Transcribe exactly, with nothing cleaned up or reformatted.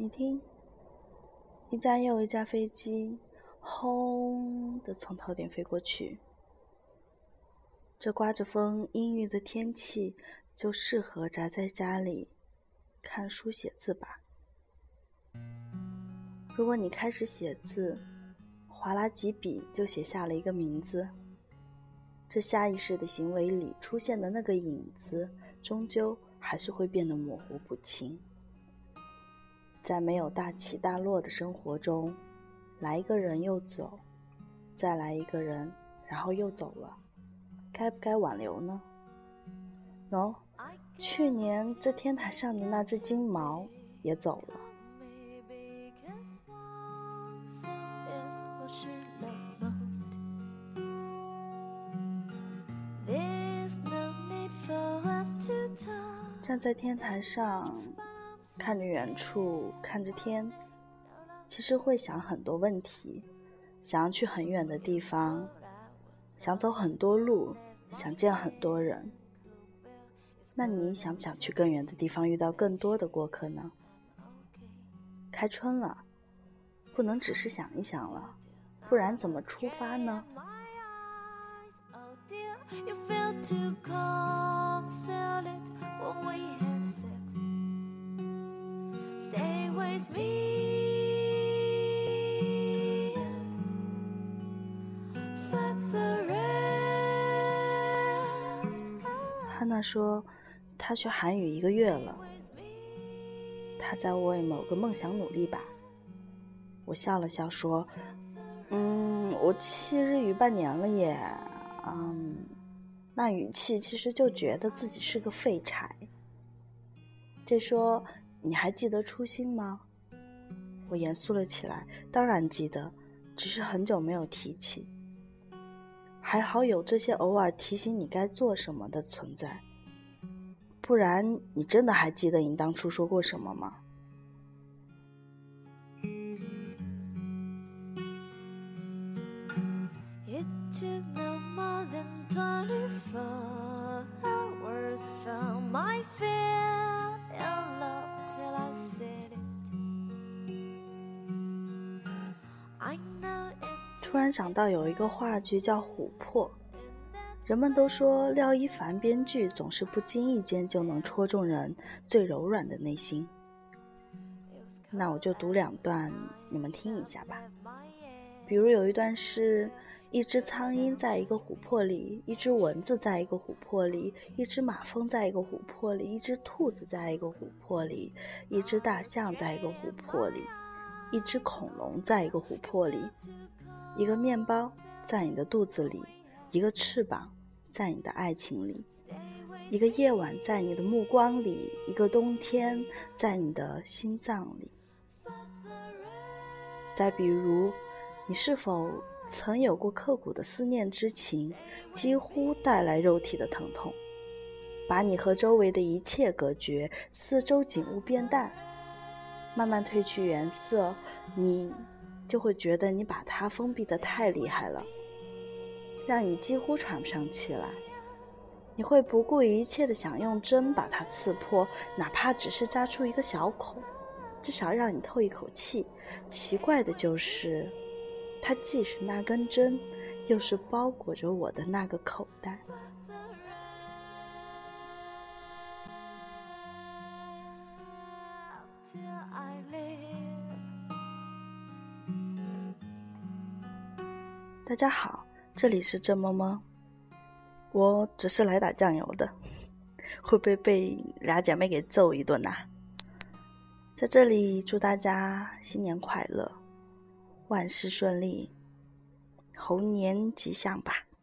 你听，一架又一架飞机轰地从头顶飞过去。这刮着风阴郁的天气就适合宅在家里看书写字吧。如果你开始写字，划拉几笔就写下了一个名字，这下意识的行为里出现的那个影子终究还是会变得模糊不清。在没有大起大落的生活中，来一个人又走，再来一个人，然后又走了，该不该挽留呢？喏、no, 去年这天台上的那只金毛也走了。站在天台上，看着远处，看着天，其实会想很多问题，想要去很远的地方，想走很多路，想见很多人。那你想不想去更远的地方，遇到更多的过客呢？开春了，不能只是想一想了，不然怎么出发呢？汉娜说她学韩语一个月了，她在为某个梦想努力吧。我笑了笑说，嗯，我弃日语半年了耶。嗯，那语气其实就觉得自己是个废柴。这说你还记得初心吗？我严肃了起来，当然记得，只是很久没有提起。还好有这些偶尔提醒你该做什么的存在，不然你真的还记得你当初说过什么吗？It took no more than twenty-four hours from my fear and love till I said it. I know it's 突然想到有一个话剧叫《琥珀》，人们都说廖一凡编剧总是不经意间就能戳中人最柔软的内心。那我就读两段，你们听一下吧。比如有一段是一只苍鹰在一个琥珀里，一只蚊子在一个琥珀里，一只马蜂在一个琥珀里，一只兔子在一个琥珀里，一只大象在一个琥珀里，一只恐龙在一个琥珀里，一个面包在你的肚子里，一个翅膀在你的爱情里，一个夜晚在你的目光里，一个冬天在你的心脏里。再比如，你是否曾有过刻骨的思念之情，几乎带来肉体的疼痛，把你和周围的一切隔绝，四周景物变淡，慢慢褪去原色，你就会觉得你把它封闭得太厉害了，让你几乎喘不上气来。你会不顾一切地想用针把它刺破，哪怕只是扎出一个小孔，至少让你透一口气。奇怪的就是它既是那根针，又是包裹着我的那个口袋。大家好，这里是郑么么，我只是来打酱油的，会不会被俩姐妹给揍一顿啊？在这里祝大家新年快乐，万事顺利，猴年吉祥吧。